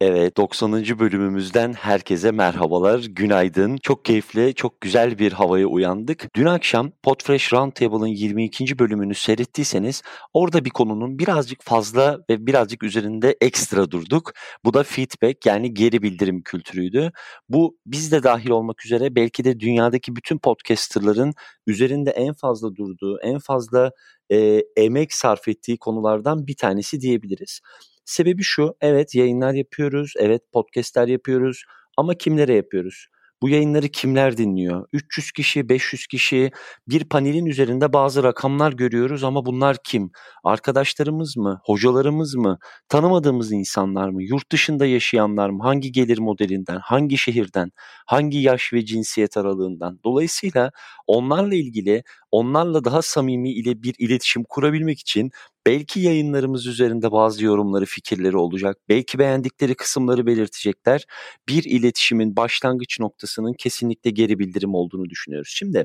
Evet, 90. bölümümüzden herkese merhabalar, günaydın. Çok keyifli, çok güzel bir havaya uyandık. Dün akşam Podfresh Roundtable'ın 22. bölümünü seyrettiyseniz orada bir konunun birazcık fazla ve birazcık üzerinde ekstra durduk. Bu da feedback, yani geri bildirim kültürüydü. Bu biz de dahil olmak üzere belki de dünyadaki bütün podcasterların üzerinde en fazla durduğu, en fazla emek sarf ettiği konulardan bir tanesi diyebiliriz. Sebebi şu, evet yayınlar yapıyoruz, evet podcast'ler yapıyoruz ama kimlere yapıyoruz? Bu yayınları kimler dinliyor? 300 kişi, 500 kişi, bir panelin üzerinde bazı rakamlar görüyoruz ama bunlar kim? Arkadaşlarımız mı? Hocalarımız mı? Tanımadığımız insanlar mı? Yurt dışında yaşayanlar mı? Hangi gelir modelinden? Hangi şehirden? Hangi yaş ve cinsiyet aralığından? Dolayısıyla onlarla ilgili, onlarla daha samimi ile bir iletişim kurabilmek için belki yayınlarımız üzerinde bazı yorumları, fikirleri olacak. Belki beğendikleri kısımları belirtecekler. Bir iletişimin başlangıç noktasının kesinlikle geri bildirim olduğunu düşünüyoruz. Şimdi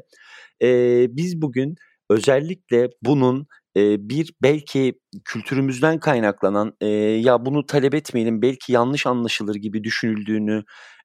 biz bugün özellikle bunun bir belki kültürümüzden kaynaklanan ya bunu talep etmeyelim belki yanlış anlaşılır gibi düşünüldüğünü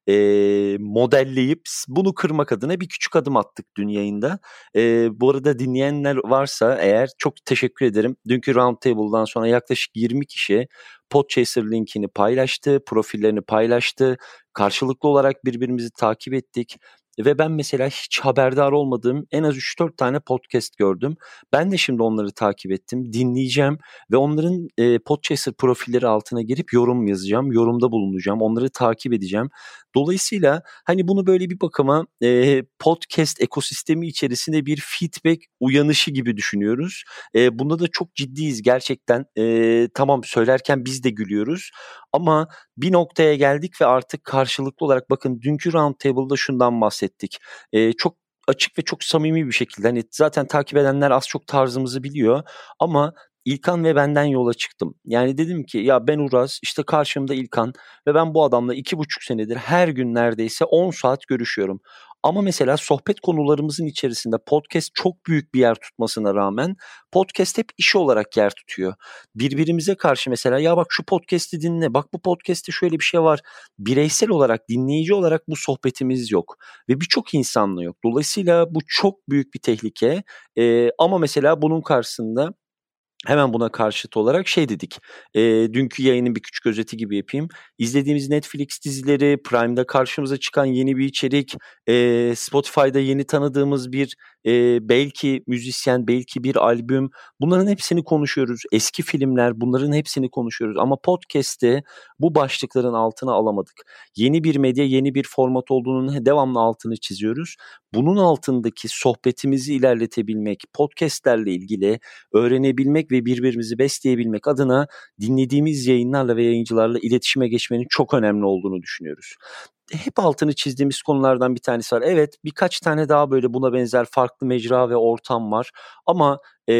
modelleyip bunu kırmak adına bir küçük adım attık dün yayında. Bu arada dinleyenler varsa eğer çok teşekkür ederim. Dünkü Roundtable'dan sonra yaklaşık 20 kişi Podchaser linkini paylaştı, profillerini paylaştı. Karşılıklı olarak birbirimizi takip ettik. Ve ben mesela hiç haberdar olmadığım en az 3-4 tane podcast gördüm. Ben de şimdi onları takip ettim, dinleyeceğim ve onların Podchaser profilleri altına girip yorum yazacağım, yorumda bulunacağım, onları takip edeceğim. Dolayısıyla hani bunu böyle bir bakıma podcast ekosistemi içerisinde bir feedback uyanışı gibi düşünüyoruz. Bunda da çok ciddiyiz gerçekten. Tamam söylerken biz de gülüyoruz ama bir noktaya geldik ve artık karşılıklı olarak bakın dünkü Roundtable'da şundan bahsettik. Çok açık ve çok samimi bir şekilde hani zaten takip edenler az çok tarzımızı biliyor ama İlkan ve benden yola çıktım. Yani dedim ki ya ben Uraz, işte karşımda İlkan ve ben bu adamla 2,5 senedir her gün neredeyse 10 saat görüşüyorum. Ama mesela sohbet konularımızın içerisinde podcast çok büyük bir yer tutmasına rağmen podcast hep iş olarak yer tutuyor. Birbirimize karşı mesela ya bak şu podcast'i dinle, bak bu podcast'te şöyle bir şey var. Bireysel olarak, dinleyici olarak bu sohbetimiz yok ve birçok insanla yok. Dolayısıyla bu çok büyük bir tehlike. Ama mesela bunun karşısında hemen buna karşıt olarak şey dedik. Dünkü yayının bir küçük özeti gibi yapayım. İzlediğimiz Netflix dizileri, Prime'da karşımıza çıkan yeni bir içerik, Spotify'da yeni tanıdığımız bir belki müzisyen, belki bir albüm. Bunların hepsini konuşuyoruz. Eski filmler, bunların hepsini konuşuyoruz. Ama podcast'te bu başlıkların altına alamadık. Yeni bir medya, yeni bir format olduğunun devamlı altını çiziyoruz. Bunun altındaki sohbetimizi ilerletebilmek, podcast'lerle ilgili öğrenebilmek ve birbirimizi besleyebilmek adına dinlediğimiz yayınlarla ve yayıncılarla iletişime geçmenin çok önemli olduğunu düşünüyoruz. Hep altını çizdiğimiz konulardan bir tanesi var. Evet, birkaç tane daha böyle buna benzer farklı mecra ve ortam var ama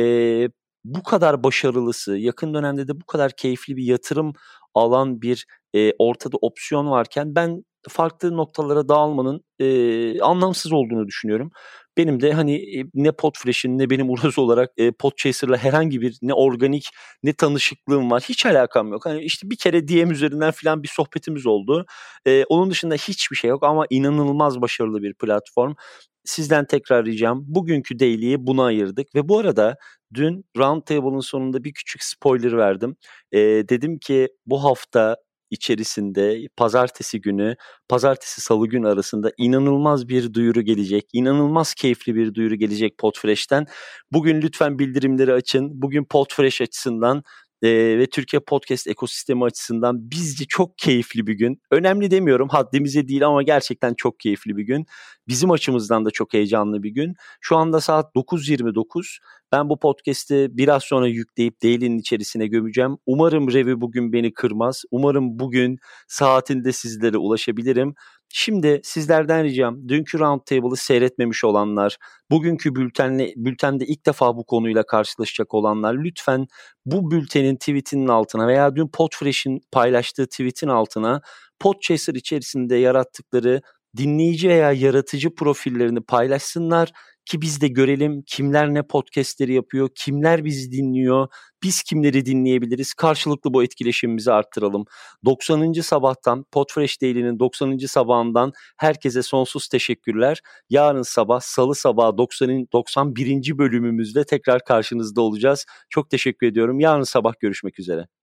bu kadar başarılısı, yakın dönemde de bu kadar keyifli bir yatırım alan bir ortada opsiyon varken ben farklı noktalara dağılmanın anlamsız olduğunu düşünüyorum. Benim de hani ne Podfresh'in ne benim Uraz olarak Podchaser'la herhangi bir ne organik ne tanışıklığım var. Hiç alakam yok. Hani işte bir kere DM üzerinden falan bir sohbetimiz oldu. Onun dışında hiçbir şey yok ama inanılmaz başarılı bir platform. Sizden tekrar ricam bugünkü daily'yi buna ayırdık ve bu arada dün Roundtable'ın sonunda bir küçük spoiler verdim. Dedim ki bu hafta içerisinde pazartesi günü, pazartesi salı günü arasında inanılmaz bir duyuru gelecek. İnanılmaz keyifli bir duyuru gelecek Podfresh'ten. Bugün lütfen bildirimleri açın. Bugün Podfresh açısından ve Türkiye Podcast ekosistemi açısından bizce çok keyifli bir gün. Önemli demiyorum, haddimize değil ama gerçekten çok keyifli bir gün. Bizim açımızdan da çok heyecanlı bir gün. Şu anda saat 9:29. Ben bu podcast'i biraz sonra yükleyip Daily'nin içerisine gömeceğim. Umarım Revi bugün beni kırmaz. Umarım bugün saatinde sizlere ulaşabilirim. Şimdi sizlerden ricam dünkü Roundtable'ı seyretmemiş olanlar, bugünkü bültende ilk defa bu konuyla karşılaşacak olanlar lütfen bu bültenin tweetinin altına veya dün Podfresh'in paylaştığı tweetin altına Podchaser içerisinde yarattıkları dinleyici veya yaratıcı profillerini paylaşsınlar ki biz de görelim kimler ne podcastleri yapıyor, kimler bizi dinliyor, biz kimleri dinleyebiliriz, karşılıklı bu etkileşimimizi arttıralım. 90. sabahtan, Podfresh Daily'nin 90. sabahından herkese sonsuz teşekkürler. Yarın sabah, salı sabahı 91. bölümümüzde tekrar karşınızda olacağız. Çok teşekkür ediyorum. Yarın sabah görüşmek üzere.